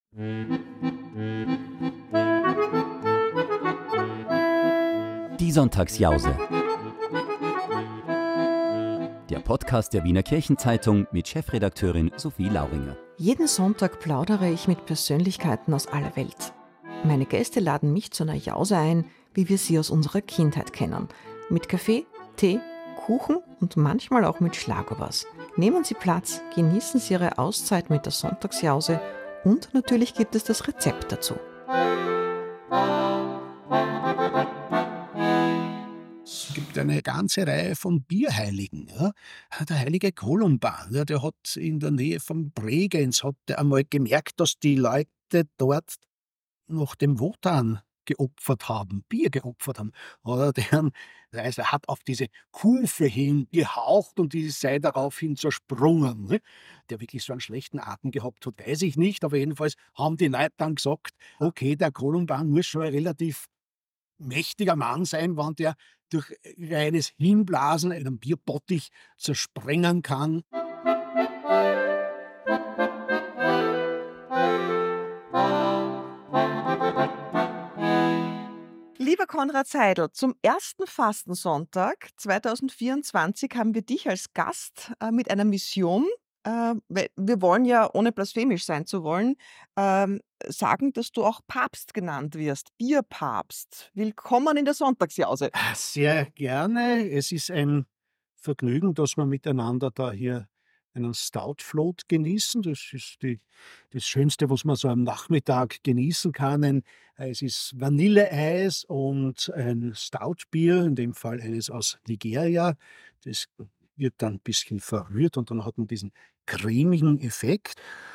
Die Sonntagsjause. Der Podcast der Wiener Kirchenzeitung mit Chefredakteurin Sophie Lauringer. Jeden Sonntag plaudere ich mit Persönlichkeiten aus aller Welt. Meine Gäste laden mich zu einer Jause ein, wie wir sie aus unserer Kindheit kennen. Mit Kaffee, Tee, Kuchen und manchmal auch mit Schlagobers. Nehmen Sie Platz, genießen Sie Ihre Auszeit mit der Sonntagsjause und natürlich gibt es das Rezept dazu. Es gibt eine ganze Reihe von Bierheiligen. Ja. Der heilige Kolumban, ja, der hat in der Nähe von Bregenz hat der einmal gemerkt, dass die Leute dort noch dem Wotan geopfert haben, Bier geopfert haben. Oder also er hat auf diese Kufe hin gehaucht und die sei daraufhin zersprungen. Ne? Der wirklich so einen schlechten Atem gehabt hat, weiß ich nicht, aber jedenfalls haben die Leute dann gesagt, okay, der Kolumban muss schon ein relativ mächtiger Mann sein, wenn der durch reines Hinblasen einen Bierbottich zersprengen kann. Lieber Konrad Seidl, zum ersten Fastensonntag 2024 haben wir dich als Gast mit einer Mission. Weil wir wollen ja, ohne blasphemisch sein zu wollen, sagen, dass du auch Papst genannt wirst, Bierpapst. Willkommen in der Sonntagsjause. Sehr gerne. Es ist ein Vergnügen, dass wir miteinander da hier einen Stout Float genießen. Das ist das Schönste, was man so am Nachmittag genießen kann. Es ist Vanilleeis und ein Stoutbier, in dem Fall eines aus Nigeria. Das wird dann ein bisschen verrührt und dann hat man diesen cremigen Effekt.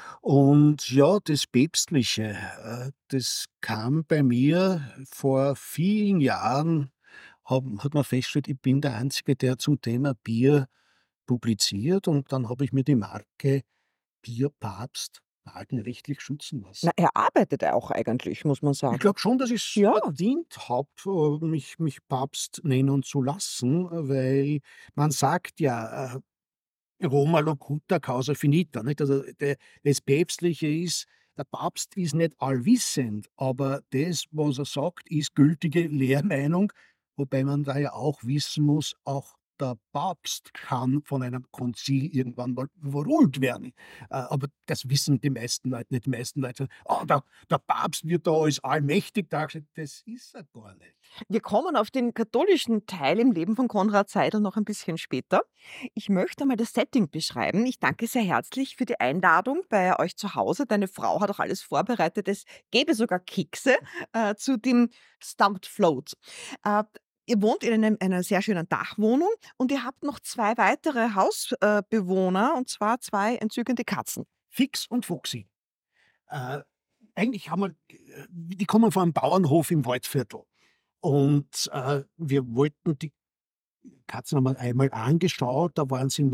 Und ja, das Päpstliche, das kam bei mir vor vielen Jahren, hat man festgestellt, ich bin der Einzige, der zum Thema Bier publiziert, und dann habe ich mir die Marke Bierpapst markenrechtlich schützen lassen. Na, er arbeitet auch eigentlich, muss man Ich sagen. glaube schon, dass ich's Ja. verdient habe, mich Papst nennen zu lassen, weil man sagt ja, Roma locuta causa finita, nicht? Also, das Päpstliche ist, der Papst ist nicht allwissend, aber das, was er sagt, ist gültige Lehrmeinung, wobei man da ja auch wissen muss, auch der Papst kann von einem Konzil irgendwann mal überholt werden. Aber das wissen die meisten Leute nicht. Die meisten Leute sagen: „Oh, der Papst wird da als allmächtig dargestellt.“ Das ist er gar nicht. Wir kommen auf den katholischen Teil im Leben von Konrad Seidl noch ein bisschen später. Ich möchte mal das Setting beschreiben. Ich danke sehr herzlich für die Einladung bei euch zu Hause. Deine Frau hat auch alles vorbereitet. Es gäbe sogar Kekse zu dem Stout Float. Ihr wohnt in einer sehr schönen Dachwohnung und ihr habt noch zwei weitere Hausbewohner, und zwar zwei entzückende Katzen. Fix und Foxy. Äh, eigentlich haben wir die kommen von einem Bauernhof im Waldviertel. Und, wir wollten die Katzen haben wir einmal angeschaut, da waren sie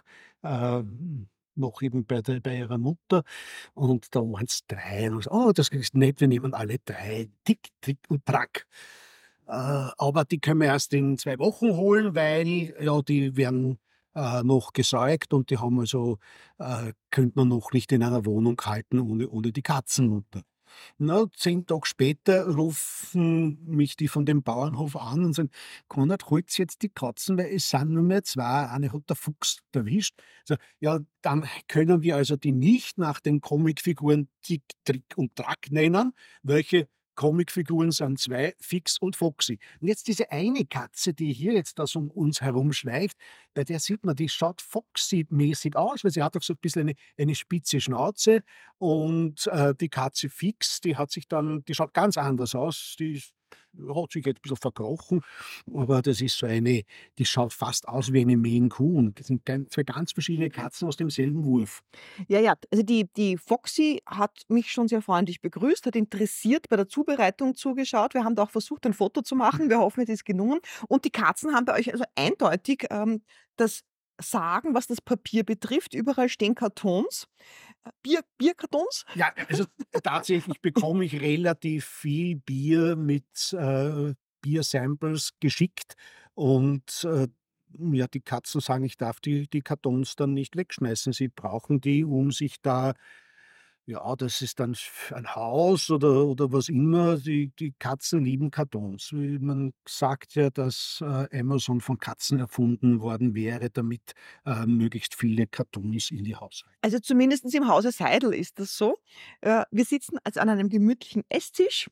noch eben bei ihrer Mutter, und da waren's 3. Und so: „Oh, das ist nett, wir nehmen alle 3. Tick, Trick und Track.“ aber die können wir erst in 2 Wochen holen, weil, ja, die werden, noch gesäugt, und die haben also könnte man noch nicht in einer Wohnung halten ohne die Katzenmutter. Na, 10 Tage später rufen mich die von dem Bauernhof an und sagen: „Konrad, holt's jetzt die Katzen, weil es sind nur mehr 2, eine hat der Fuchs erwischt.“ So, ja, dann können wir also die nicht nach den Comicfiguren Tick, Trick und Track nennen. Welche Comicfiguren sind 2? Fix und Foxy. Und jetzt diese eine Katze, die hier jetzt da so um uns herumschleicht, bei der sieht man, die schaut Foxy-mäßig aus, weil sie hat auch so 'n bisschen eine spitze Schnauze, und, die Katze Fix, die schaut ganz anders aus. Die hat sich jetzt 'n bisschen verkrochen, aber das ist so eine, die schaut fast aus wie eine Maine Coon. Das sind 2 ganz verschiedene Katzen aus demselben Wurf. Ja, ja, also die Foxy hat mich schon sehr freundlich begrüßt, hat interessiert bei der Zubereitung zugeschaut. Wir haben da auch versucht, ein Foto zu machen. Wir hoffen, es ist gelungen. Und die Katzen haben bei euch also eindeutig, das Sagen, was das Papier betrifft. Überall stehen Kartons, Bierkartons. Ja, also tatsächlich bekomme ich relativ viel Bier mit, Biersamples geschickt, und, ja, die Katzen sagen, ich darf die Kartons dann nicht wegschmeißen. Sie brauchen die, um sich da, Ja, das ist dann ein Haus oder was immer. Die Katzen lieben Kartons. Man sagt ja, dass, Amazon von Katzen erfunden worden wäre, damit, möglichst viele Kartons in die Haushalte. Also zumindestens im Hause Seidel ist das so. Wir sitzen also an einem gemütlichen Esstisch,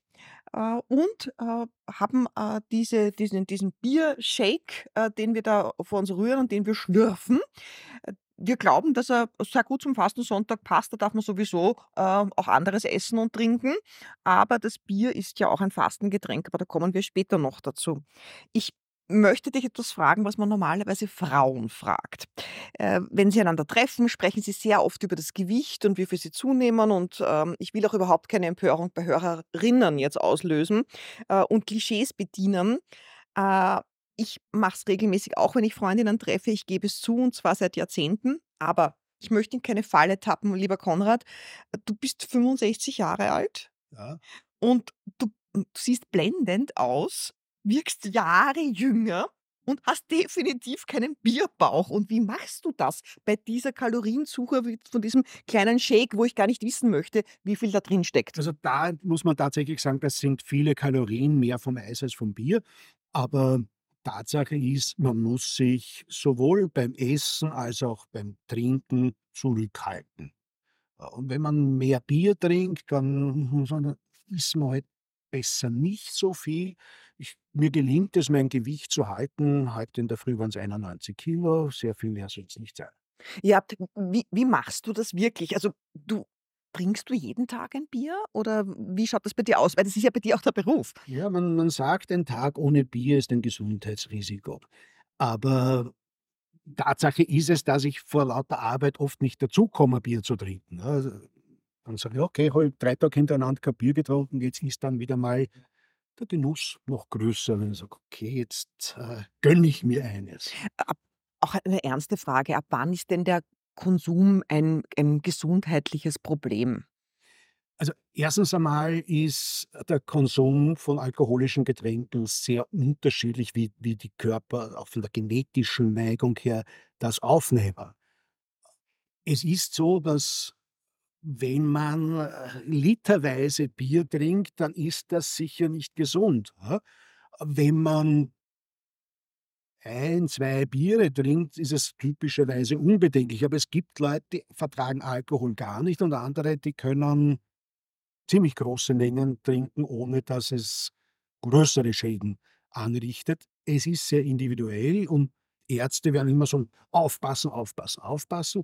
und, haben, diesen Biershake, den wir da vor uns rühren und den wir schlürfen. Wir glauben, dass er sehr gut zum Fastensonntag passt. Da darf man sowieso, auch anderes essen und trinken. Aber das Bier ist ja auch ein Fastengetränk, aber da kommen wir später noch dazu. Ich möchte dich etwas fragen, was man normalerweise Frauen fragt. Wenn sie einander treffen, sprechen sie sehr oft über das Gewicht und wie viel sie zunehmen und, ich will auch überhaupt keine Empörung bei Hörerinnen jetzt auslösen, und Klischees bedienen. Äh, Ich mache es regelmäßig auch, wenn ich Freundinnen treffe. Ich gebe es zu, und zwar seit Jahrzehnten. Aber ich möchte in keine Falle tappen, lieber Konrad. Du bist 65 Jahre alt Ja. und du siehst blendend aus, wirkst Jahre jünger und hast definitiv keinen Bierbauch. Und wie machst du das bei dieser Kaloriensuche von diesem kleinen Shake, wo ich gar nicht wissen möchte, wie viel da drin steckt? Also, da muss man tatsächlich sagen, das sind viele Kalorien mehr vom Eis als vom Bier. Aber Tatsache ist, man muss sich sowohl beim Essen als auch beim Trinken zurückhalten. Und wenn man mehr Bier trinkt, dann muss man isst man halt besser nicht so viel. Mir gelingt es, mein Gewicht zu halten. Heute in der Früh waren's 91 Kilo, sehr viel mehr soll's nicht sein. Ja, wie machst du das wirklich? Also, trinkst du jeden Tag ein Bier oder wie schaut das bei dir aus? Weil das ist ja bei dir auch der Beruf. Ja, man sagt, ein Tag ohne Bier ist ein Gesundheitsrisiko. Aber Tatsache ist es, dass ich vor lauter Arbeit oft nicht dazukomme, Bier zu trinken, ne? Also, dann sage ich: „Okay, habe 3 Tage hintereinander kein Bier getrunken, jetzt ist dann wieder mal der Genuss noch größer." Wenn ich sage: „Okay, jetzt, gönne ich mir eines." Ab Auch eine ernste Frage, ab wann ist denn der Konsum ein gesundheitliches Problem? Also, erstens einmal ist der Konsum von alkoholischen Getränken sehr unterschiedlich, wie die Körper auch von der genetischen Neigung her das aufnehmen. Es ist so, dass wenn man, literweise Bier trinkt, dann ist das sicher nicht gesund, ja? Wenn man ein 2 Biere trinkt, ist es typischerweise unbedenklich, aber es gibt Leute, die vertragen Alkohol gar nicht und andere, die können ziemlich große Mengen trinken, ohne dass es größere Schäden anrichtet. Es ist sehr individuell und Ärzte werden immer so: „Aufpassen, aufpassen, aufpassen."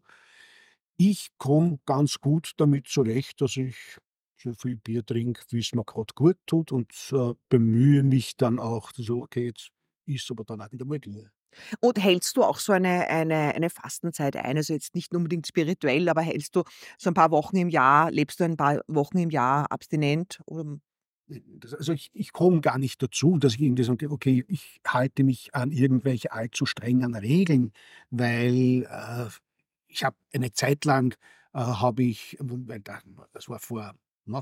Ich komme ganz gut damit zurecht, dass ich so viel Bier trinke, wie es mir grad gut tut und, bemühe mich dann auch so: „Okay, jetzt ist aber dann auch wieder mal gut." Und hältst du auch so eine Fastenzeit ein? Also, jetzt nicht unbedingt spirituell, aber hältst du so ein paar Wochen im Jahr lebst du ein paar Wochen im Jahr abstinent oder Also, ich komme gar nicht dazu, dass ich irgendwie sage: „Okay, ich halte mich an irgendwelche allzu strengen Regeln", weil, ich habe eine Zeit lang, habe ich weil da das war vor,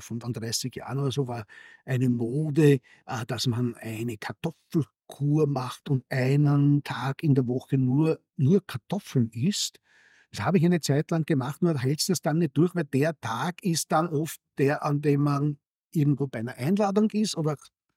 35 Jahren oder so, war eine Mode, dass man eine Kartoffelkur macht und einen Tag in der Woche nur Kartoffeln isst. Das habe ich eine Zeit lang gemacht, nur hältst das dann nicht durch, weil der Tag ist dann oft der, an dem man irgendwo bei einer Einladung ist oder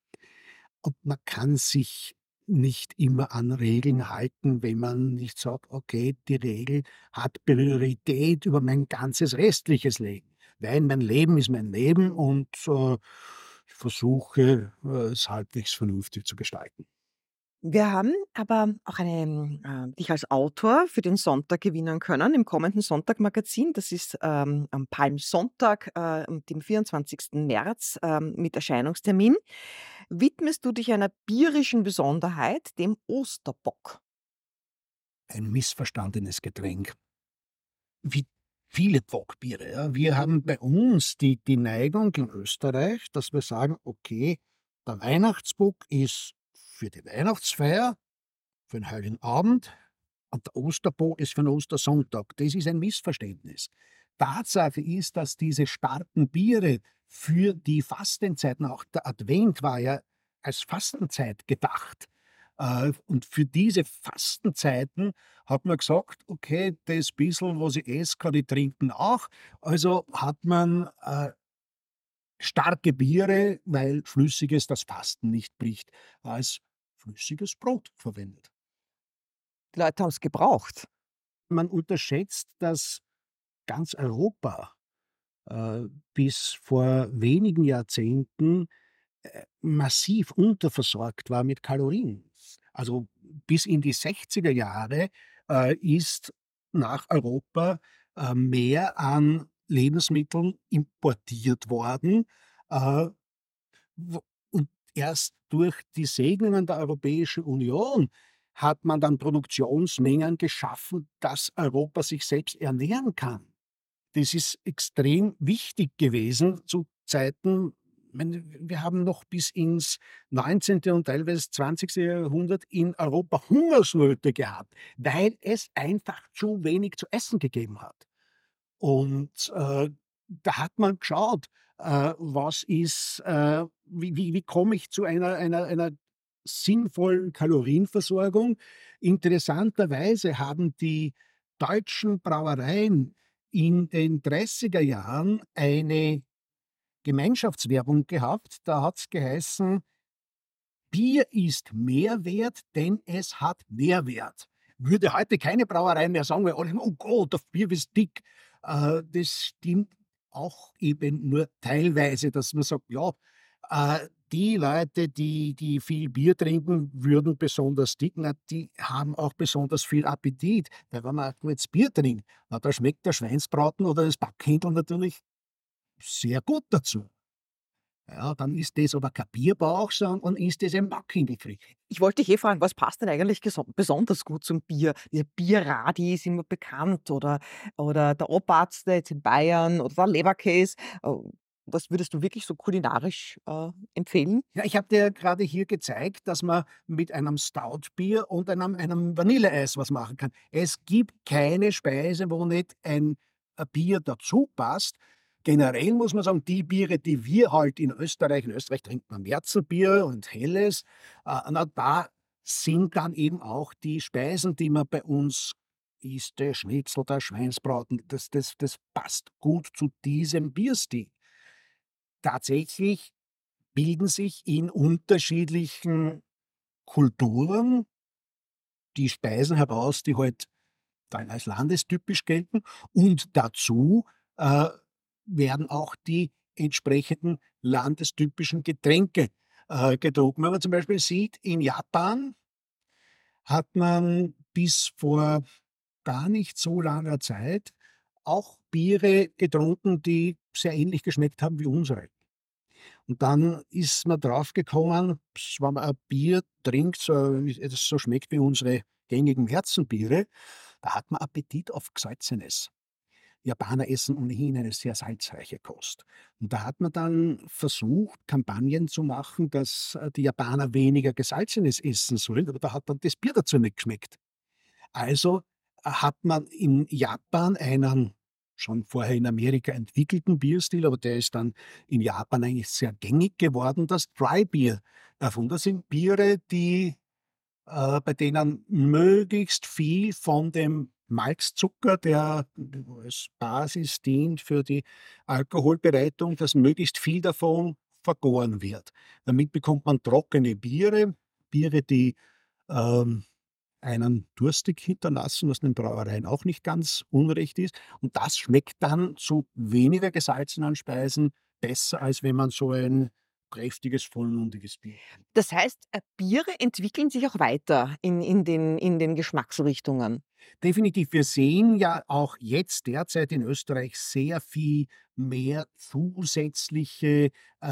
und man kann sich nicht immer an Regeln halten, wenn man nicht sagt: „Okay, die Regel hat Priorität über mein ganzes restliches Leben." Weil mein Leben ist mein Leben und, ich versuche, es halbwegs vernünftig zu gestalten. Wir haben aber auch dich als Autor für den Sonntag gewinnen können, im kommenden Sonntag-Magazin. Das ist, am Palmsonntag, dem 24. März, mit Erscheinungstermin. Widmest du dich einer bierischen Besonderheit, dem Osterbock. Ein missverstandenes Getränk. Wie viele Bockbiere, ja. Wir haben bei uns die Neigung in Österreich, dass wir sagen: „Okay, der Weihnachtsbock ist für die Weihnachtsfeier, für den Heiligen Abend und der Osterbock ist für den Ostersonntag." Das ist ein Missverständnis. Tatsache ist, dass diese starken Biere für die Fastenzeiten, auch der Advent war ja als Fastenzeit gedacht, Und für diese Fastenzeiten hat man gesagt: „Okay, das bissel, was ich esse, kann ich trinken auch.“ Also hat man, starke Biere, weil Flüssiges das Fasten nicht bricht, als flüssiges Brot verwendet. Die Leute haben es gebraucht. Man unterschätzt, dass ganz Europa, äh, bis vor wenigen Jahrzehnten, massiv unterversorgt war mit Kalorien. Also, bis in die 60er Jahre, ist nach Europa, mehr an Lebensmitteln importiert worden, äh, w und erst durch die Segnungen der Europäischen Union hat man dann Produktionsmengen geschaffen, dass Europa sich selbst ernähren kann. Das ist extrem wichtig gewesen zu Zeiten, meine, wir haben noch bis ins 19. und teilweise 20. Jahrhundert in Europa Hungersnöte gehabt, weil es einfach zu wenig zu essen gegeben hat. Und, da hat man geschaut, was ist, wie komme ich zu einer sinnvollen Kalorienversorgung? Interessanterweise haben die deutschen Brauereien in den 30er Jahren eine Gemeinschaftswerbung gehabt. Da hat's geheißen: „Bier ist Mehrwert, denn es hat Nährwert.“ Würde heute keine Brauerei mehr sagen, weil alle sagen: „Oh Gott, das Bier ist dick.“ Das stimmt auch eben nur teilweise, dass man sagt, ja, die Leute, die viel Bier trinken, würden besonders dick. Na, die haben auch besonders viel Appetit, weil wenn man ein gutes Bier trinkt, na, da schmeckt der Schweinsbraten oder das Backhändel natürlich sehr gut dazu. Ja, dann ist das aber kein Bierbauch, sondern ist das ein Backhändelfried. Ich wollte dich fragen, was passt denn eigentlich besonders gut zum Bier? Der Bierradi ist immer bekannt oder der Oberarzt jetzt in Bayern oder der Leberkäse. Was würdest du wirklich so kulinarisch, empfehlen? Ja, ich habe dir gerade hier gezeigt, dass man mit einem Stoutbier und einem Vanilleeis was machen kann. Es gibt keine Speise, wo nicht ein Bier dazu passt. Generell muss man sagen, die Biere, die wir halt in Österreich trinkt man Märzenbier und Helles, na, da sind dann eben auch die Speisen, die man bei uns isst, der Schnitzel, der Schweinsbraten, das passt gut zu diesem Bierstil. Tatsächlich bilden sich in unterschiedlichen Kulturen die Speisen heraus, die halt dann als landestypisch gelten, und dazu, äh, werden auch die entsprechenden landestypischen Getränke, getrunken. Wenn man zum Beispiel sieht, in Japan hat man bis vor gar nicht so langer Zeit auch Biere getrunken, die sehr ähnlich geschmeckt haben wie unsere. Und dann ist man draufgekommen, wenn man ein Bier trinkt, das so schmeckt wie unsere gängigen Märzenbiere, da hat man Appetit auf Gesalzenes. Japaner essen ohnehin eine sehr salzreiche Kost. Und da hat man dann versucht, Kampagnen zu machen, dass, die Japaner weniger Gesalzenes essen sollen, aber da hat dann das Bier dazu nicht geschmeckt. Also, hat man in Japan einen schon vorher in Amerika entwickelten Bierstil, aber der ist dann in Japan eigentlich sehr gängig geworden, das Dry Beer erfunden. Das sind Biere, die bei denen möglichst viel von dem Malzzucker, der als Basis dient für die Alkoholbereitung, dass möglichst viel davon vergoren wird. Damit bekommt man trockene Biere, Biere, die, ähm einen durstig hinterlassen, was den Brauereien auch nicht ganz unrecht ist. Und das schmeckt dann zu weniger gesalzenen Speisen besser, als wenn man so ein kräftiges, vollmundiges Bier trinkt. Das heißt, Biere entwickeln sich auch weiter in den Geschmacksrichtungen. Definitiv, wir sehen ja auch jetzt derzeit in Österreich sehr viel mehr zusätzliche,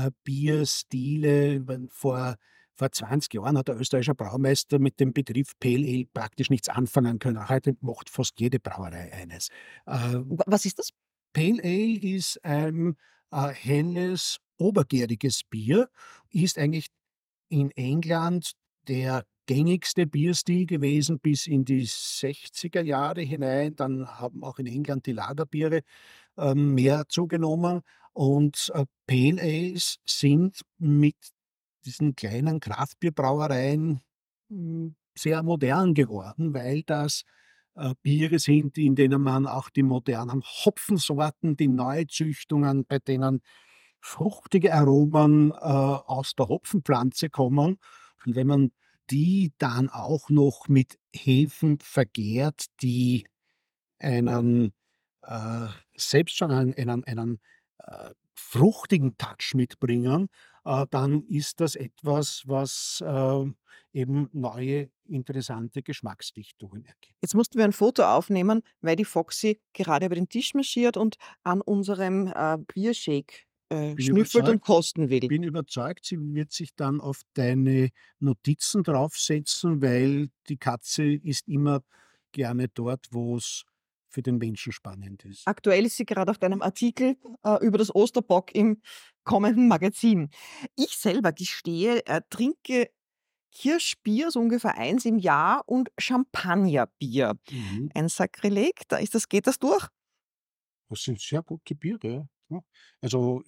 Bierstile. Wenn vor 20 Jahren hat der österreichische Braumeister mit dem Begriff Pale Ale praktisch nichts anfangen können. Heute macht fast jede Brauerei eines. Äh Was ist das? Pale Ale ist ein, helles, obergäriges Bier, ist eigentlich in England der gängigste Bierstil gewesen bis in die 60er Jahre hinein. Dann haben auch in England die Lagerbiere, mehr zugenommen, und, Pale Ales sind mit diesen kleinen Kraftbierbrauereien sehr modern geworden, weil das Biere sind, in denen man auch die modernen Hopfensorten, die Neuzüchtungen, bei denen fruchtige Aromen aus der Hopfenpflanze kommen. Und wenn man die dann auch noch mit Hefen vergärt, die einen äh, selbst schon fruchtigen Touch mitbringen, dann ist das etwas, was eben neue, interessante Geschmacksrichtungen ergibt. Jetzt mussten wir ein Foto aufnehmen, weil die Foxy gerade über den Tisch marschiert und an unserem Biershake Bin schnüffelt und überzeugt kosten will. bin überzeugt, sie wird sich dann auf deine Notizen draufsetzen, weil die Katze ist immer gerne dort, wo es für den Menschen spannend ist. Aktuell ist sie gerade auf deinem Artikel über das Osterbock im kommenden Magazin. Ich selber gestehe, trinke Kirschbier so ungefähr eins im Jahr und Champagnerbier. Mhm. Ein Sakrileg, geht das durch? Das sind sehr gute Biere, ja. Also,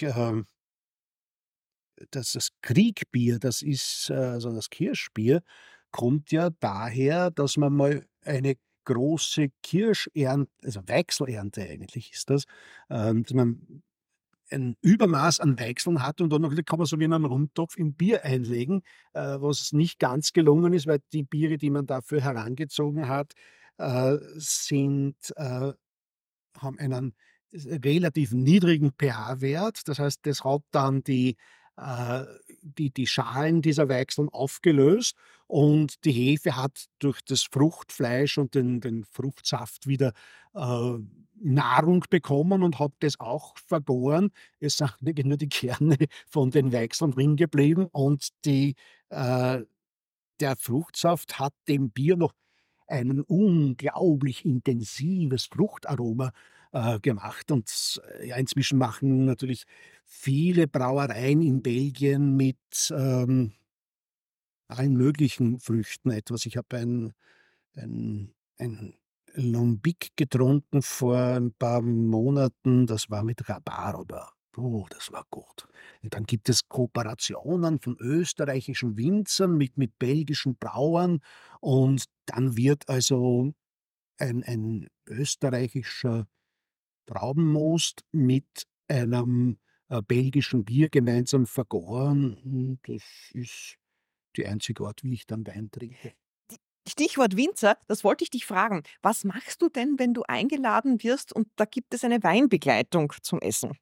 das Kriegbier, das ist also das Kirschbier, kommt ja daher, dass man mal eine große also Weichselernte eigentlich ist das, dass man ein Übermaß an Weichseln hat und dann noch kann man so wie in einen Rundtopf in Bier einlegen, was nicht ganz gelungen ist, weil die Biere, die man dafür herangezogen hat, sind haben einen relativ niedrigen pH-Wert. Das heißt, das hat dann die Schalen dieser Weichseln aufgelöst und die Hefe hat durch das Fruchtfleisch und den Fruchtsaft wieder Nahrung bekommen und hat das auch vergoren. Es sind wirklich nur die Kerne von den Weichseln drin geblieben und äh, der Fruchtsaft hat dem Bier noch ein unglaublich intensives Fruchtaroma gemacht. Und ja, inzwischen machen natürlich viele Brauereien in Belgien mit allen möglichen Früchten etwas. Ich habe ein Lambic getrunken vor ein paar Monaten, das war mit Rhabarber. Oh, das war gut. Und dann gibt es Kooperationen von österreichischen Winzern mit belgischen Brauern und dann wird also ein österreichischer Traubenmost mit einem belgischen Bier gemeinsam vergoren. Das ist die einzige Art, wie ich dann Wein trinke. Stichwort Winzer, das wollte ich dich fragen. Was machst du denn, wenn du eingeladen wirst und da gibt es eine Weinbegleitung zum Essen?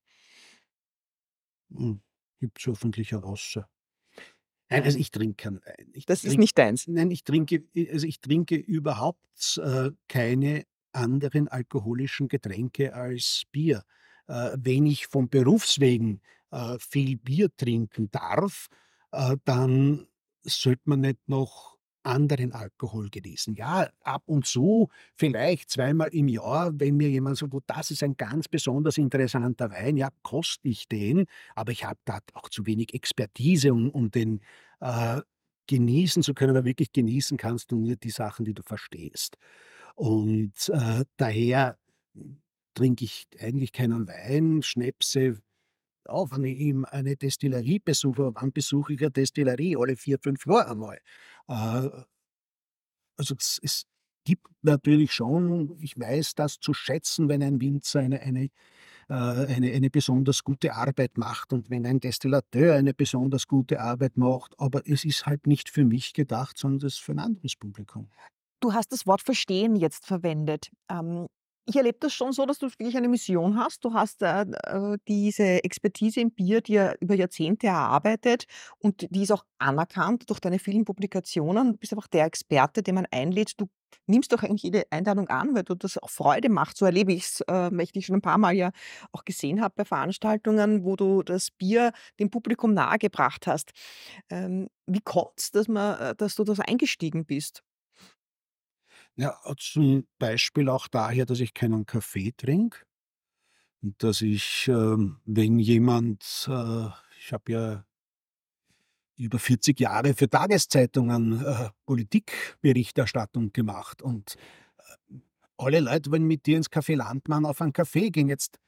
Gibt's hoffentlich ein Wasser. Nein, also ich trinke keinen Wein. Das ist nicht deins. Nein, ich trinke überhaupt keine anderen alkoholischen Getränke als Bier. Wenn ich von Berufswegen viel Bier trinken darf, dann sollte man nicht noch anderen Alkohol genießen. Ja, ab und zu, vielleicht zweimal im Jahr, wenn mir jemand sagt: „Oh, das ist ein ganz besonders interessanter Wein“, ja, koste ich den, aber ich habe da auch zu wenig Expertise, um den äh, genießen zu können, weil wirklich genießen kannst du nur die Sachen, die du verstehst. Und daher trinke ich eigentlich keinen Wein, Schnäpse auch wenn ich eben eine Destillerie besuche. Wann besuche ich eine Destillerie? Alle 4 5 Jahre einmal. Äh, also es gibt natürlich schon ich weiß das zu schätzen, wenn ein Winzer eine besonders gute Arbeit macht und wenn ein Destillateur eine besonders gute Arbeit macht, aber es ist halt nicht für mich gedacht, sondern das ist für ein anderes Publikum. Du hast das Wort verstehen jetzt verwendet. Ich erlebe das schon so, dass du wirklich eine Mission hast. Du hast diese Expertise im Bier dir über Jahrzehnte erarbeitet und die ist auch anerkannt durch deine vielen Publikationen. Du bist einfach der Experte, den man einlädt. Du nimmst doch eigentlich jede Einladung an, weil du das auch Freude macht. So erlebe ich es, weil ich dich schon ein paar Mal ja auch gesehen habe bei Veranstaltungen, wo du das Bier dem Publikum nahegebracht hast. Wie kommt es, dass du das eingestiegen bist? Ja, zum Beispiel auch daher, dass ich keinen Kaffee trinke und dass ich, wenn jemand ich habe ja über 40 Jahre für Tageszeitungen Politikberichterstattung gemacht und alle Leute wollen mit dir ins Café Landmann auf einen Kaffee gehen. Jetzt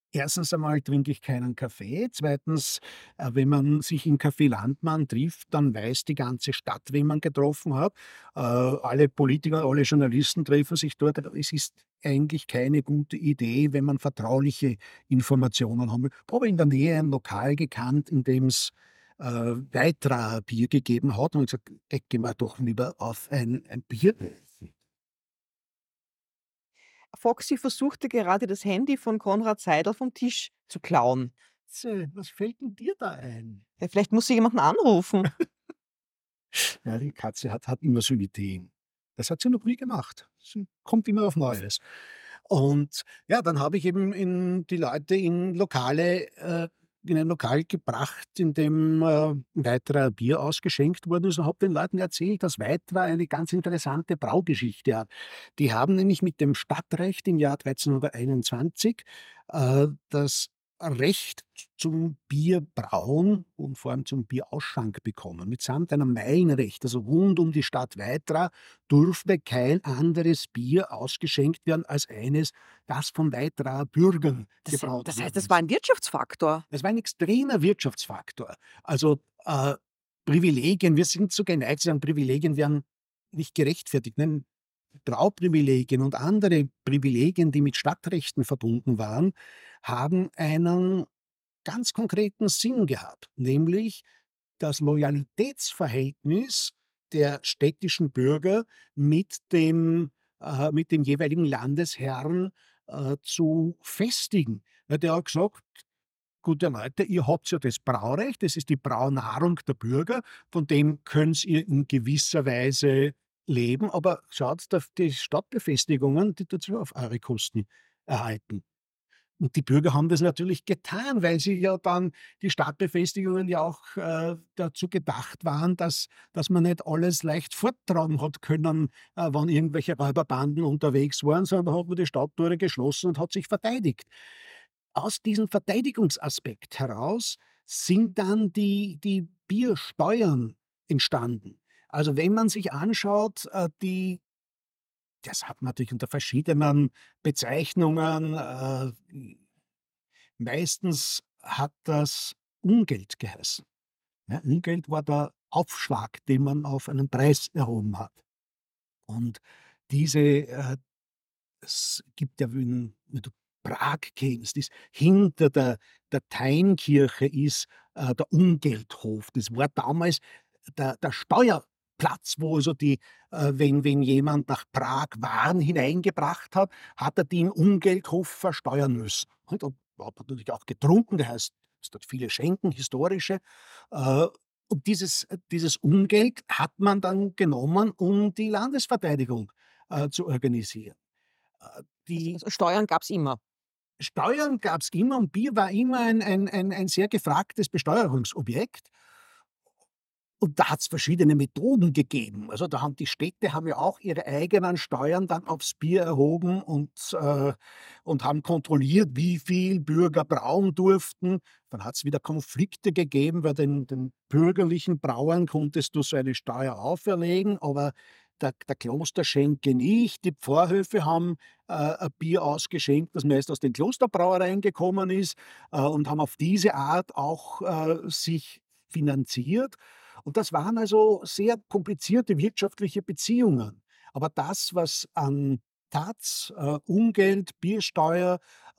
Erstens einmal trinke ich keinen Kaffee. Zweitens, wenn man sich im Café Landmann trifft, dann weiß die ganze Stadt, wen man getroffen hat. Alle Politiker, alle Journalisten treffen sich dort. Es ist eigentlich keine gute Idee, wenn man vertrauliche Informationen haben will. Habe in der Nähe ein Lokal gekannt, in dem es Weitra Bier gegeben hat und ich gesagt, gehen wir doch lieber auf ein Bier. Foxy versuchte gerade das Handy von Konrad Seidel vom Tisch zu klauen. Was fällt denn dir da ein? Ja, vielleicht muss sie jemanden anrufen. Ja, die Katze hat immer so Ideen. Das hat sie noch nie gemacht. Sie kommt immer auf Neues. Und ja, dann habe ich eben die Leute in ein Lokal gebracht, in dem Weitra Bier ausgeschenkt worden ist und habe den Leuten erzählt, dass Weitra eine ganz interessante Braugeschichte hat. Die haben nämlich mit dem Stadtrecht im Jahr 1321 das Recht zum Bierbrauen und vor allem zum Bierausschank bekommen, mitsamt einem Meilenrecht. Also rund um die Stadt Weitra durfte kein anderes Bier ausgeschenkt werden als eines, das von Weitraer Bürgern gebraut Das heißt, worden das war ist. ein Wirtschaftsfaktor. Das war ein extremer Wirtschaftsfaktor. Also Privilegien, wir sind so geneigt zu sagen, Privilegien wären nicht gerechtfertigt. Nein, Brauprivilegien und andere Privilegien, die mit Stadtrechten verbunden waren, haben einen ganz konkreten Sinn gehabt, nämlich das Loyalitätsverhältnis der städtischen Bürger mit dem jeweiligen Landesherrn zu festigen. Der hat gesagt, gute Leute, ihr habt ja das Braurecht, das ist die Braunahrung der Bürger, von dem könnt ihr in gewisser Weise leben, aber schaut, die Stadtbefestigungen, die dazu auf eure Kosten erhalten. Und die Bürger haben das natürlich getan, weil sie ja dann die Stadtbefestigungen ja auch dazu gedacht waren, dass man nicht alles leicht forttragen hat können, wenn irgendwelche Räuberbanden unterwegs waren, sondern hat man die Stadttore geschlossen und hat sich verteidigt. Aus diesem Verteidigungsaspekt heraus sind dann die Biersteuern entstanden. Also wenn man sich anschaut, das hat man natürlich unter verschiedenen Bezeichnungen. Meistens hat das Ungeld geheißen. Ja, Ungeld war der Aufschlag, den man auf einen Preis erhoben hat. Und es gibt ja, wenn du Prag kennst, ist hinter der Teinkirche ist der Ungeldhof. Das war damals der Steuerplatz, wo also wenn jemand nach Prag Waren hineingebracht hat, hat er die im Ungeldhof versteuern müssen. Und da hat man natürlich auch getrunken, das heißt, es dort viele Schenken, historische. Und dieses Ungeld hat man dann genommen, um die Landesverteidigung zu organisieren. Die Also Steuern gab es immer. Steuern gab es immer und Bier war immer ein sehr gefragtes Besteuerungsobjekt. Und da hat es verschiedene Methoden gegeben. Also da haben die Städte haben ja auch ihre eigenen Steuern dann aufs Bier erhoben und haben kontrolliert, wie viel Bürger brauen durften. Dann hat es wieder Konflikte gegeben, weil den bürgerlichen Brauern konntest du so eine Steuer auferlegen, aber der Klosterschenke nicht. Die Pfarrhöfe haben ein Bier ausgeschenkt, das meist aus den Klosterbrauereien gekommen ist, und haben auf diese Art auch sich finanziert. Und das waren also sehr komplizierte wirtschaftliche Beziehungen. Aber das, was an Taz, Ungeld, Biersteuer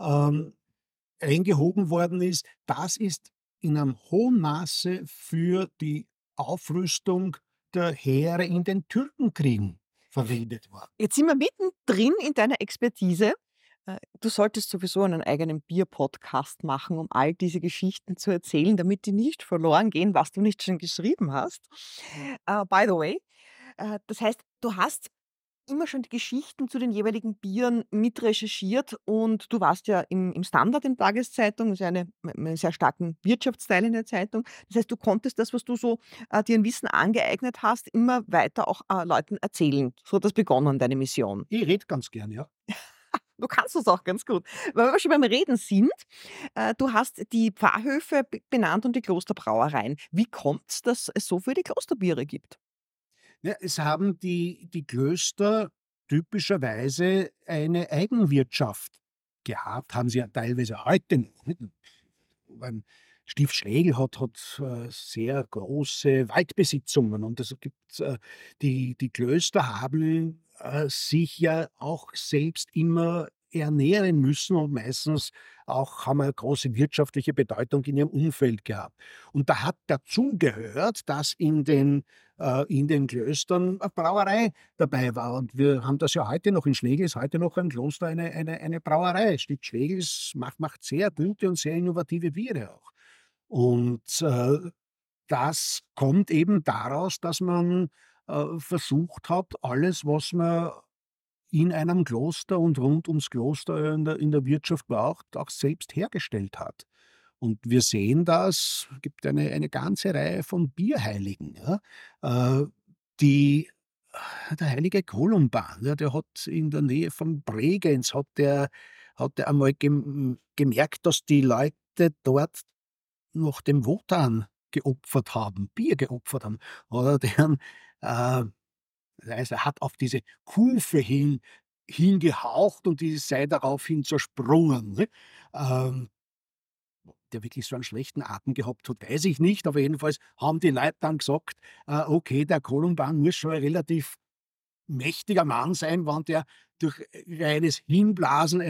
eingehoben worden ist, das ist in einem hohen Maße für die Aufrüstung der Heere in den Türkenkriegen verwendet worden. Jetzt sind wir mittendrin in deiner Expertise. Du solltest sowieso einen eigenen Bier-Podcast machen, um all diese Geschichten zu erzählen, damit die nicht verloren gehen, was du nicht schon geschrieben hast. By the way, das heißt, du hast immer schon die Geschichten zu den jeweiligen Bieren mit recherchiert und du warst ja im Standard in Tageszeitung, das ist ja einen sehr starken Wirtschaftsteil in der Zeitung. Das heißt, du konntest das, was du so dir an Wissen angeeignet hast, immer weiter auch Leuten erzählen. So hat das begonnen, deine Mission. Ich rede ganz gern, ja. Du kannst das auch ganz gut. Weil wir schon beim Reden sind, du hast die Pfarrhöfe benannt und die Klosterbrauereien. Wie kommt es, dass es so viele Klosterbiere gibt? Ja, es haben die Klöster typischerweise eine Eigenwirtschaft gehabt, haben sie ja teilweise heute noch. Nicht? Beim Stift Schlegel hat sehr große Waldbesitzungen und es gibt, die Klöster haben sich ja auch selbst immer ernähren müssen und meistens auch haben eine große wirtschaftliche Bedeutung in ihrem Umfeld gehabt. Und da hat dazu gehört, dass in den Klöstern eine Brauerei dabei war. Und wir haben das ja heute noch, in Schlegel ist heute noch ein Kloster eine Brauerei. Stift Schlegel macht sehr gute und sehr innovative Biere auch. Und das kommt eben daraus, dass man versucht hat, alles, was man in einem Kloster und rund ums Kloster in der Wirtschaft braucht, auch selbst hergestellt hat. Und wir sehen das, es gibt eine ganze Reihe von Bierheiligen, ja, die der heilige Kolumban, ja, der hat in der Nähe von Bregenz hat der einmal gemerkt, dass die Leute dort noch dem Wotan geopfert haben, Bier geopfert haben. Oder deren, äh, also er hat auf diese Kufe hingehaucht und die sei daraufhin zersprungen. Ne? Ähm, der wirklich so einen schlechten Atem gehabt hat, weiß ich nicht, aber jedenfalls haben die Leute dann gesagt, okay, der Kolumban muss schon ein relativ mächtiger Mann sein, wenn der durch reines Hinblasen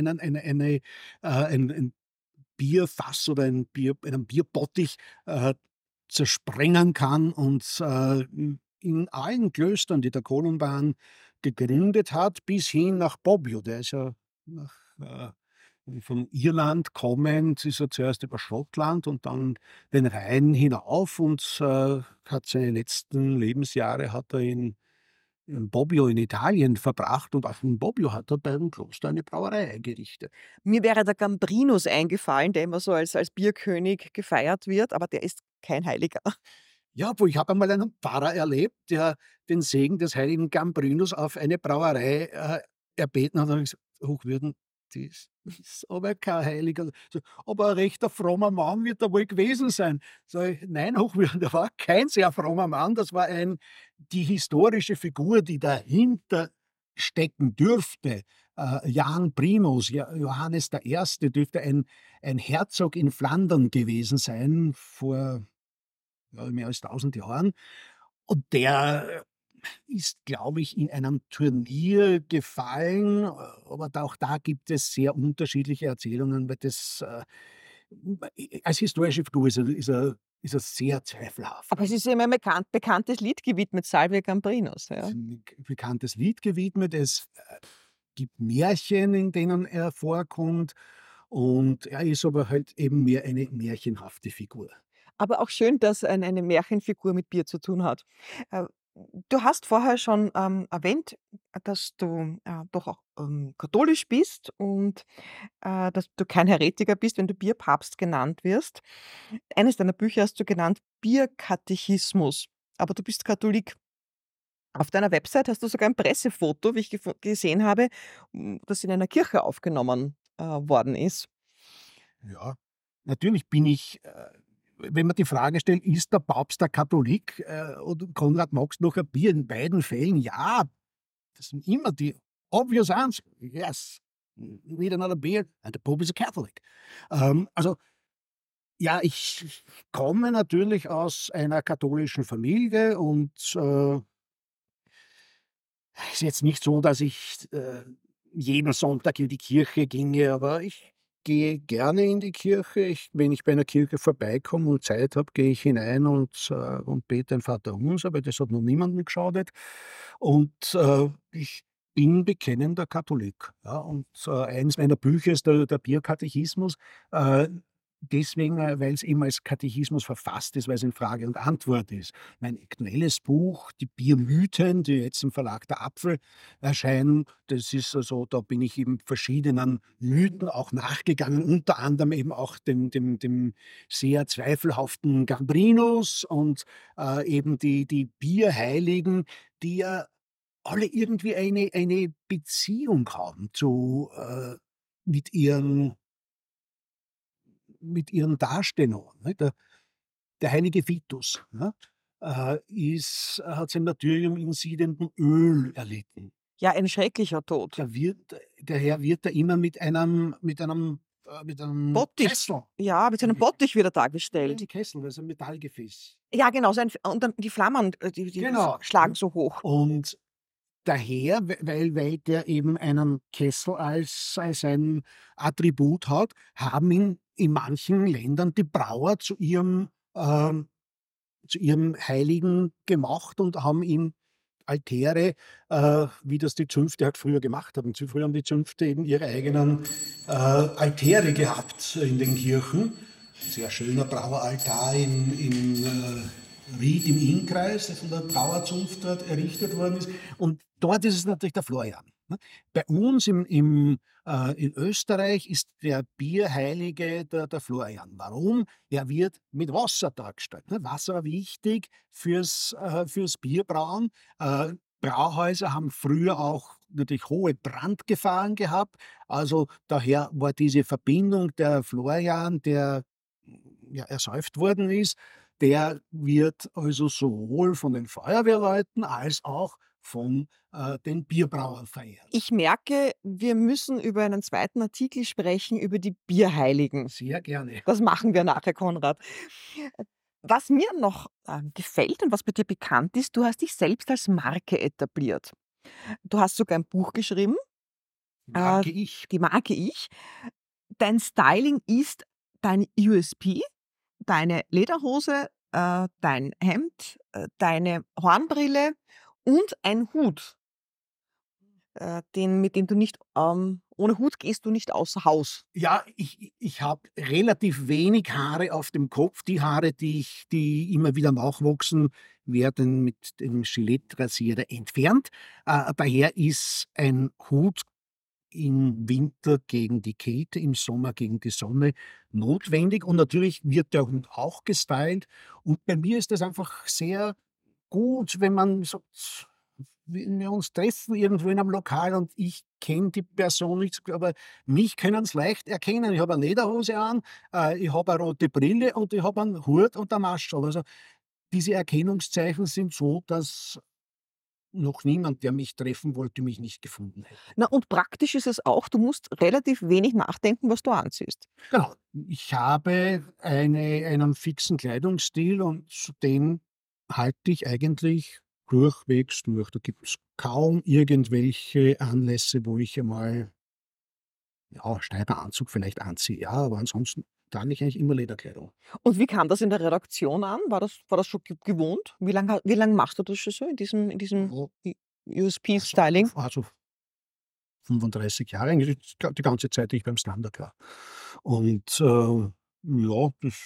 ein Bierfass oder einen Bierbottich zersprengen kann. Und in allen Klöstern, die der Kolumban gegründet hat, bis hin nach Bobbio, der ist ja von Irland kommend, ist er zuerst über Schottland und dann den Rhein hinauf und hat seine letzten Lebensjahre hat er in Bobbio in Italien verbracht und auch in Bobbio hat er beim Kloster eine Brauerei eingerichtet. Mir wäre der Gambrinus eingefallen, der immer so als Bierkönig gefeiert wird, aber der ist kein Heiliger. Ja, obwohl ich habe einmal einen Pfarrer erlebt, der den Segen des heiligen Gambrinus auf eine Brauerei erbeten hat. Da habe ich gesagt, Hochwürden, das ist aber kein Heiliger. So, aber ein rechter frommer Mann wird er wohl gewesen sein. Sag ich, nein, Hochwürden, der war kein sehr frommer Mann, das war die historische Figur, die dahinter stecken dürfte. Jan Primus, Johannes I. dürfte ein Herzog in Flandern gewesen sein vor mehr als 1000 Jahren. Und der ist, glaube ich, in einem Turnier gefallen, aber auch da gibt es sehr unterschiedliche Erzählungen, weil das als historische Figur ist er sehr zweifelhaft. Aber es ist ihm ein bekanntes Lied gewidmet, Salve Gambrinus. Es ist Ja. ein bekanntes Lied gewidmet. Es gibt Märchen, in denen er vorkommt. Und er ist aber halt eben mehr eine märchenhafte Figur. Aber auch schön, dass eine Märchenfigur mit Bier zu tun hat. Äh, Du hast vorher schon erwähnt, dass du doch auch katholisch bist und dass du kein Heretiker bist, wenn du Bierpapst genannt wirst. Eines deiner Bücher hast du genannt Bierkatechismus, aber du bist Katholik. Auf deiner Website hast du sogar ein Pressefoto, wie ich gesehen habe, das in einer Kirche aufgenommen worden ist. Ja, natürlich bin ich, wenn man die Frage stellt, ist der Papst der Katholik und Konrad, magst du noch ein Bier? In beiden Fällen ja. Das sind immer die obvious answer. Yes, need another beer and the Pope is a Catholic. Also ja, ich komme natürlich aus einer katholischen Familie und es ist jetzt nicht so, dass ich jeden Sonntag in die Kirche ginge, aber ich gehe gerne in die Kirche. Wenn ich bei einer Kirche vorbeikomme und Zeit habe, gehe ich hinein und bete ein Vaterunser, weil das hat noch niemandem geschadet. Und ich bin bekennender Katholik. Ja, und eines meiner Bücher ist der Bierkatechismus. Deswegen, weil es eben als Katechismus verfasst ist, weil es in Frage und Antwort ist. Mein aktuelles Buch, die Biermythen, die jetzt im Verlag der Apfel erscheinen, das ist also, da bin ich eben verschiedenen Mythen auch nachgegangen, unter anderem eben auch dem sehr zweifelhaften Gambrinus und eben die Bierheiligen, die ja alle irgendwie eine Beziehung haben mit ihren Darstellungen. Ne? Der heilige Vitus, ne? Hat sein Martyrium in siedendem Öl erlitten. Ja, ein schrecklicher Tod. Der Herr wird da immer mit einem Bottich. Kessel. Ja, mit so einem Bottich wird er dargestellt. Ein Kessel, das ist ein Metallgefäß. Ja, genau, und dann die Flammen, die Genau. schlagen so hoch. Und daher, weil der eben einen Kessel als ein Attribut hat, haben ihn in manchen Ländern die Brauer zu ihrem Heiligen gemacht und haben ihm Altäre, wie das die Zünfte halt früher gemacht haben. Früher haben die Zünfte eben ihre eigenen Altäre gehabt in den Kirchen. Sehr schöner Braueraltar in Ried im Innkreis, der von der Brauerzunft dort errichtet worden ist. Und dort ist es natürlich der Florian. Bei uns in Österreich ist der Bierheilige der Florian. Warum? Er wird mit Wasser dargestellt. Wasser war wichtig fürs Bierbrauen. Brauhäuser haben früher auch natürlich hohe Brandgefahren gehabt. Also daher war diese Verbindung der Florian, der ja ersäuft worden ist, der wird also sowohl von den Feuerwehrleuten als auch von den Bierbrauern verehrt. Ich merke, wir müssen über einen zweiten Artikel sprechen, über die Bierheiligen. Sehr gerne. Das machen wir nachher, Konrad. Was mir noch gefällt und was bei dir bekannt ist, du hast dich selbst als Marke etabliert. Du hast sogar ein Buch geschrieben, Marke ich. die Marke Ich. Dein Styling ist dein USP, deine Lederhose, dein Hemd, deine Hornbrille und ein Hut. Mit dem du nicht, ohne Hut gehst du nicht außer Haus. Ja, ich habe relativ wenig Haare auf dem Kopf. Die Haare, die immer wieder nachwachsen, werden mit dem Gillette-Rasierer entfernt. Daher ist ein Hut im Winter gegen die Kälte, im Sommer gegen die Sonne notwendig. Und natürlich wird der Hut auch gestylt. Und bei mir ist das einfach sehr gut, wenn man sagt, wenn wir uns treffen irgendwo in einem Lokal und ich kenne die Person nicht, aber mich können sie leicht erkennen. Ich habe eine Lederhose an, ich habe eine rote Brille und ich habe einen Hut und eine Maske. Also diese Erkennungszeichen sind so, dass noch niemand, der mich treffen wollte, mich nicht gefunden hätte. Na, und praktisch ist es auch, du musst relativ wenig nachdenken, was du anziehst. Genau. Ich habe einen fixen Kleidungsstil und den halte ich eigentlich durchwegs durch. Da gibt es kaum irgendwelche Anlässe, wo ich einmal Schneideranzug vielleicht anziehe. Ja, aber ansonsten trage ich eigentlich immer Lederkleidung. Und wie kam das in der Redaktion an? War das schon gewohnt? Wie lang machst du das schon so in diesem Oh, USP-Styling? Also 35 Jahre, eigentlich die ganze Zeit, die ich beim Standard war. Und ja,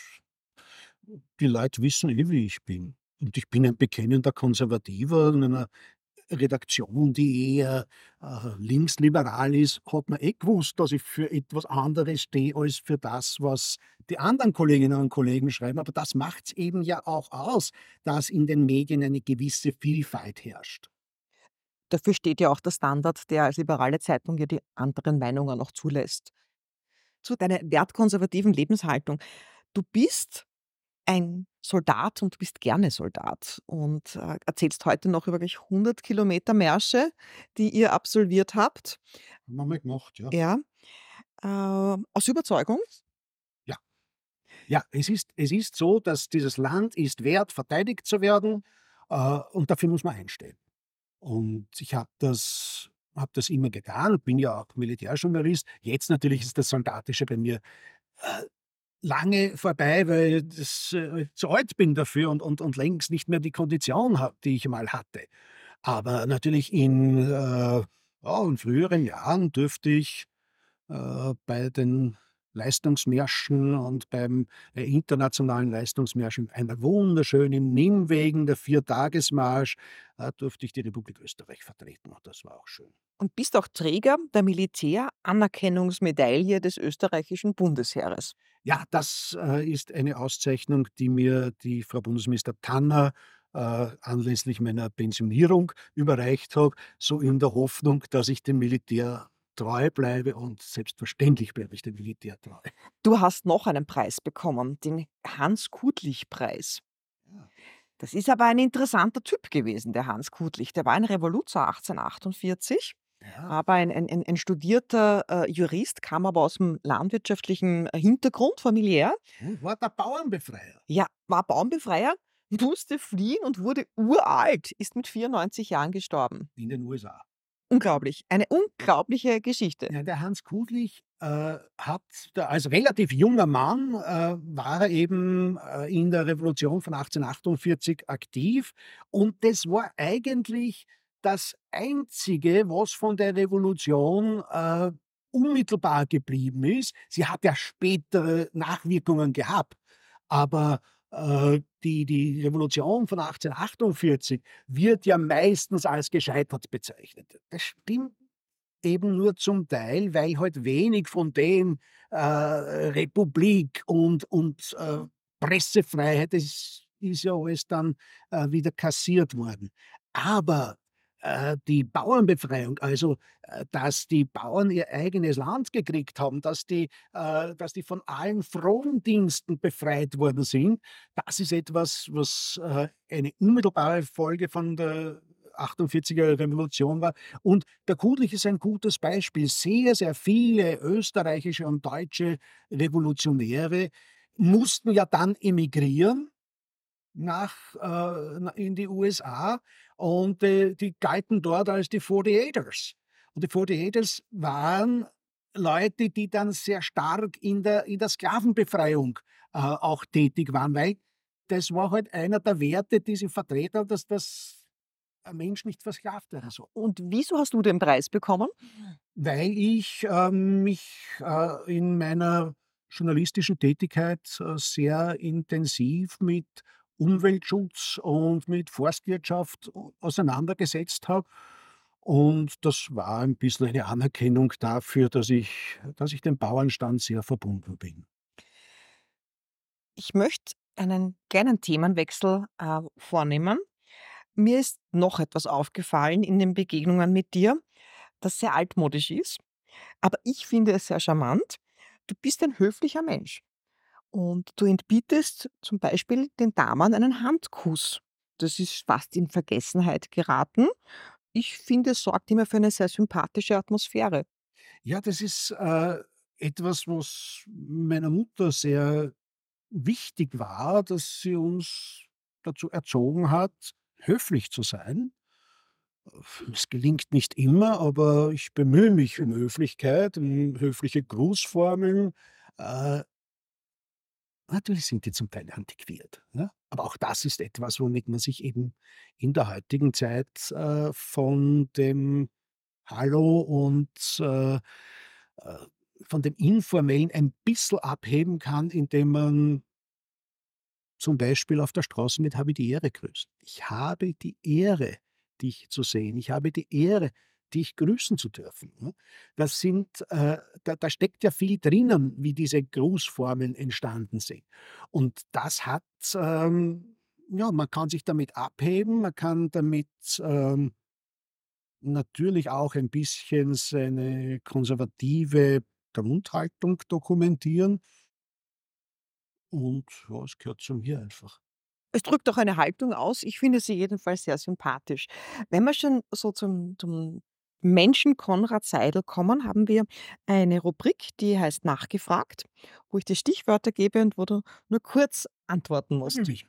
die Leute wissen wie ich bin. Und ich bin ein bekennender Konservativer in einer Redaktion, die eher linksliberal ist, hat man gewusst, dass ich für etwas anderes stehe als für das, was die anderen Kolleginnen und Kollegen schreiben. Aber das macht es eben ja auch aus, dass in den Medien eine gewisse Vielfalt herrscht. Dafür steht ja auch der Standard, der als liberale Zeitung ja die anderen Meinungen auch zulässt. Zu deiner wertkonservativen Lebenshaltung. Du bist ein Soldat und du bist gerne Soldat und erzählst heute noch über wirklich 100 Kilometer Märsche, die ihr absolviert habt. Haben wir mal gemacht, ja. Ja, aus Überzeugung. Ja, ja, es ist so, dass dieses Land ist wert, verteidigt zu werden, und dafür muss man einstehen. Und ich habe das immer getan, bin ja auch Militärjournalist. Jetzt natürlich ist das Soldatische bei mir lange vorbei, weil ich zu alt bin dafür und längst nicht mehr die Kondition habe, die ich mal hatte. Aber natürlich in früheren Jahren dürfte ich bei den Leistungsmärschen und beim internationalen Leistungsmarsch in einer wunderschönen Nimwegen, der Viertagesmarsch, durfte ich die Republik Österreich vertreten und das war auch schön. Und bist auch Träger der Militäranerkennungsmedaille des österreichischen Bundesheeres. Ja, das ist eine Auszeichnung, die mir die Frau Bundesminister Tanner anlässlich meiner Pensionierung überreicht hat, so in der Hoffnung, dass ich dem Militär treu bleibe und selbstverständlich bleibe ich dem Militär treu. Du hast noch einen Preis bekommen, den Hans-Kudlich-Preis. Ja. Das ist aber ein interessanter Typ gewesen, der Hans Kudlich. Der war ein Revoluzer 1848, Ja, aber ein studierter, Jurist, kam aber aus dem landwirtschaftlichen Hintergrund familiär. und war der Bauernbefreier Ja, war Bauernbefreier, musste fliehen und wurde uralt, ist mit 94 Jahren gestorben. in den USA. Unglaublich, eine unglaubliche Geschichte. Ja, der Hans Kudlich, hat da als relativ junger Mann, war er eben, in der Revolution von 1848 aktiv und das war eigentlich das Einzige, was von der Revolution, unmittelbar geblieben ist. Sie hat ja spätere Nachwirkungen gehabt, aber, die Revolution von 1848 wird ja meistens als gescheitert bezeichnet. Das stimmt eben nur zum Teil, weil halt wenig von dem, Republik und Pressefreiheit, das ist ja alles dann, wieder kassiert worden. Aber, die Bauernbefreiung, also, dass die Bauern ihr eigenes Land gekriegt haben, dass die von allen Frondiensten befreit worden sind, das ist etwas, was, eine unmittelbare Folge von der 48er Revolution war. Und der Kudlich ist ein gutes Beispiel. Sehr, sehr viele österreichische und deutsche Revolutionäre mussten ja dann emigrieren in die USA und, die galten dort als die 48ers. Und die 48ers waren Leute, die dann sehr stark in der Sklavenbefreiung, auch tätig waren, weil das war halt einer der Werte, die sie vertreten haben, dass ein Mensch nicht versklavt werden soll. Und wieso hast du den Preis bekommen? Weil ich, mich, in meiner journalistischen Tätigkeit, sehr intensiv mit Umweltschutz und mit Forstwirtschaft auseinandergesetzt habe. Und das war ein bisschen eine Anerkennung dafür, dass ich dem Bauernstand sehr verbunden bin. Ich möchte einen kleinen Themenwechsel, vornehmen. Mir ist noch etwas aufgefallen in den Begegnungen mit dir, das sehr altmodisch ist, aber ich finde es sehr charmant. Du bist ein höflicher Mensch und du entbietest zum Beispiel den Damen einen Handkuss. Das ist fast in Vergessenheit geraten. Ich finde, es sorgt immer für eine sehr sympathische Atmosphäre. Ja, das ist, etwas, was meiner Mutter sehr wichtig war, dass sie uns dazu erzogen hat, höflich zu sein. Es gelingt nicht immer, aber ich bemühe mich um Höflichkeit, um höfliche Grußformeln. Äh, Natürlich sind die zum Teil antiquiert, ne? Aber auch das ist etwas, womit man sich eben in der heutigen Zeit, von dem Hallo und, von dem Informellen ein bisschen abheben kann, indem man zum Beispiel auf der Straße mit „Habe die Ehre“ grüßt. Ich habe die Ehre, dich zu sehen. Ich habe die Ehre, dich grüßen zu dürfen, ne? Das sind, da steckt ja viel drinnen, wie diese Grußformeln entstanden sind. Und das hat, ja, man kann sich damit abheben, man kann damit, natürlich auch ein bisschen seine konservative Grundhaltung dokumentieren und ja, es gehört zu mir einfach. Es drückt auch eine Haltung aus. Ich finde sie jedenfalls sehr sympathisch. Wenn wir schon so zum Menschen Konrad Seidel kommen, haben wir eine Rubrik, die heißt „Nachgefragt“, wo ich dir Stichwörter gebe und wo du nur kurz antworten musst. Natürlich.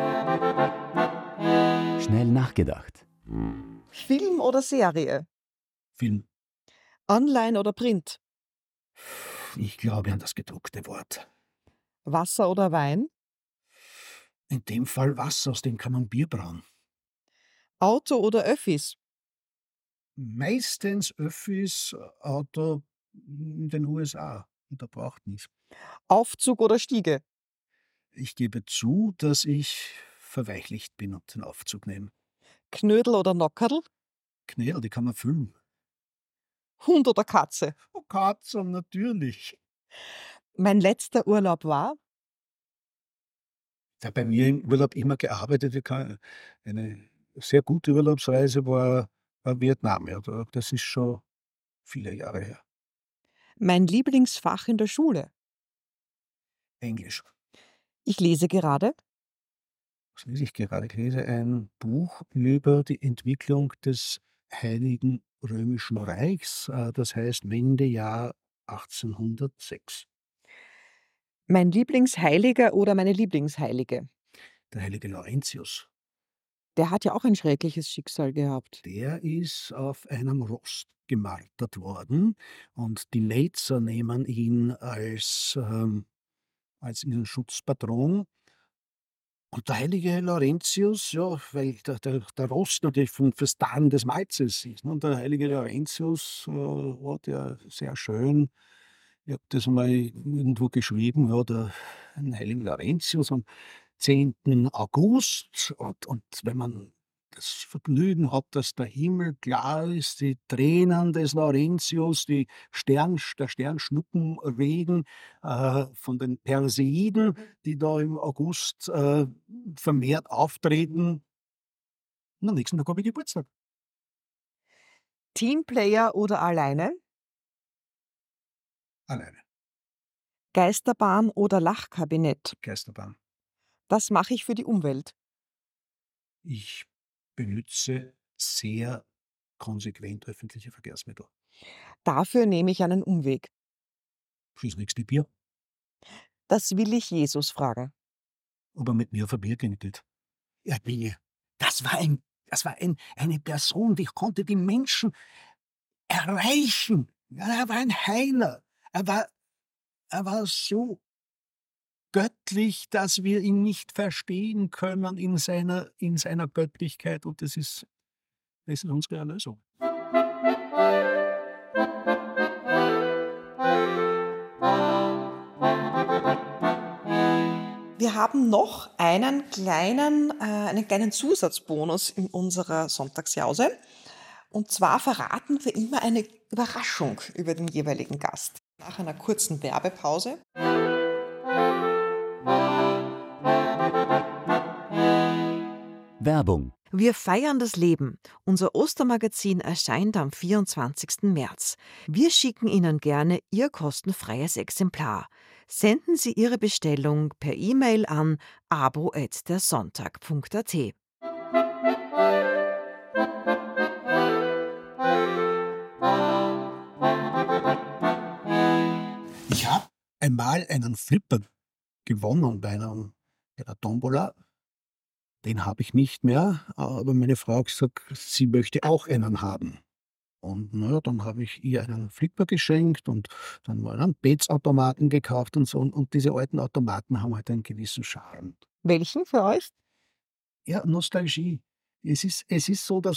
Schnell nachgedacht. Film oder Serie? Film. Online oder Print? Ich glaube an das gedruckte Wort. Wasser oder Wein? In dem Fall Wasser, aus dem kann man Bier brauen. Auto oder Öffis? Meistens Öffis, Auto in den USA. Und da braucht nichts. Aufzug oder Stiege? Ich gebe zu, dass ich verweichlicht bin und den Aufzug nehme. Knödel oder Nockerl? Knädel, die kann man füllen. Hund oder Katze? Oh, Katze, natürlich. Mein letzter Urlaub war? Ich habe bei mir im Urlaub immer gearbeitet. Eine sehr gute Urlaubsreise war Vietnam. Ja, das ist schon viele Jahre her. Mein Lieblingsfach in der Schule? Englisch. Ich lese gerade. Was lese ich gerade? Ich lese ein Buch über die Entwicklung des Heiligen Römischen Reichs, das heißt Wendejahr 1806. Mein Lieblingsheiliger oder meine Lieblingsheilige? Der heilige Laurentius, Der hat ja auch ein schreckliches Schicksal gehabt. der ist auf einem Ross gemartert worden und die Netzer nehmen ihn als ihren Schutzpatron. Und der heilige Laurentius, ja, weil der Rost natürlich fürs Darren des Malzes ist, ne? Und der heilige Laurentius, war der sehr schön. Ich habe das mal irgendwo geschrieben, ja, den heiligen Laurentius am 10. August. Und wenn man das Vergnügen hat, dass der Himmel klar ist, die Tränen des Laurentius, der Sternschnuppenregen von den Perseiden, die da im August vermehrt auftreten. Und am nächsten Tag habe ich Geburtstag. Teamplayer oder alleine? Alleine. Geisterbahn oder Lachkabinett? Geisterbahn. Das mache ich für die Umwelt. Ich benütze sehr konsequent öffentliche Verkehrsmittel. Dafür nehme ich einen Umweg. Fürs nächste Bier, Das will ich Jesus fragen. ob er mit mir auf ein Bier gehen geht. Ja, wie? Eine Person, die konnte die Menschen erreichen. Ja, er war ein Heiler. Er war so göttlich, dass wir ihn nicht verstehen können in seiner Göttlichkeit. Und das ist unsere Erlösung. Wir haben noch einen kleinen Zusatzbonus in unserer Sonntagsjause. Und zwar verraten wir immer eine Überraschung über den jeweiligen Gast. Nach einer kurzen Werbepause. Werbung. Wir feiern das Leben. Unser Ostermagazin erscheint am 24. März. Wir schicken Ihnen gerne Ihr kostenfreies Exemplar. Senden Sie Ihre Bestellung per E-Mail an abo@dersonntag.at. Ich habe einmal einen Flipper gewonnen bei einer Tombola. Den habe ich nicht mehr, aber meine Frau hat gesagt, sie möchte auch einen haben. Und na ja, dann habe ich ihr einen Flipper geschenkt und dann mal einen Betz-Automaten gekauft und so. Und diese alten Automaten haben halt einen gewissen Charme. Welchen für euch? Ja, Nostalgie. Es ist so,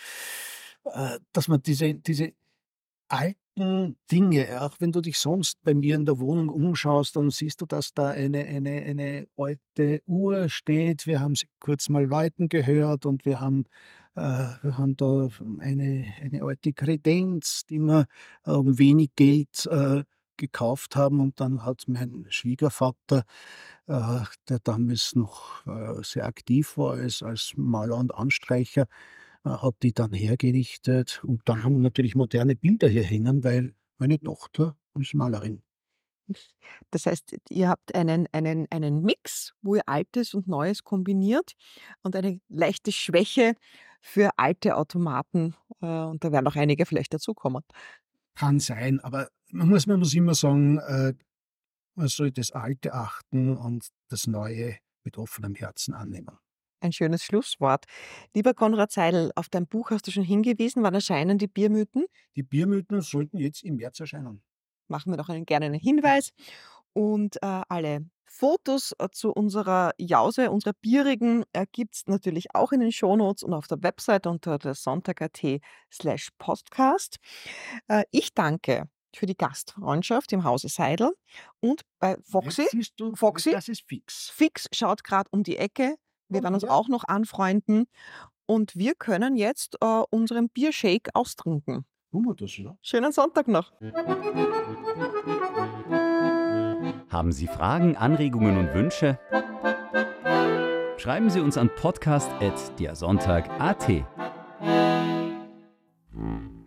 dass man diese alten Dinge, auch wenn du dich sonst bei mir in der Wohnung umschaust, dann siehst du, dass da eine alte Uhr steht. Wir haben sie kurz mal läuten gehört und wir haben da eine alte Kredenz, die wir wenig Geld gekauft haben. Und dann hat mein Schwiegervater, der damals noch sehr aktiv war als Maler und Anstreicher, hat die dann hergerichtet. Und dann haben wir natürlich moderne Bilder hier hängen, weil meine Tochter ist Malerin. Das heißt, ihr habt einen Mix, wo ihr Altes und Neues kombiniert und eine leichte Schwäche für alte Automaten. Und da werden auch einige vielleicht dazukommen. Kann sein, aber man muss immer sagen, man soll das Alte achten und das Neue mit offenem Herzen annehmen. Ein schönes Schlusswort. Lieber Konrad Seidel, auf dein Buch hast du schon hingewiesen. Wann erscheinen die Biermythen? Die Biermythen sollten jetzt im März erscheinen. Machen wir doch gerne einen Hinweis. Und alle Fotos zu unserer Jause, unserer bierigen, gibt es natürlich auch in den Shownotes und auf der Website unter der sonntag.at/podcast. Ich danke für die Gastfreundschaft im Hause Seidel und bei Foxy. Jetzt siehst du, Foxy? das ist fix. Fix schaut gerade um die Ecke. Wir Oh, werden uns ja. auch noch anfreunden. Und wir können jetzt unseren Biershake austrinken. Tun wir das, ja? Schönen Sonntag noch. Haben Sie Fragen, Anregungen und Wünsche? Schreiben Sie uns an podcast@dersonntag.at.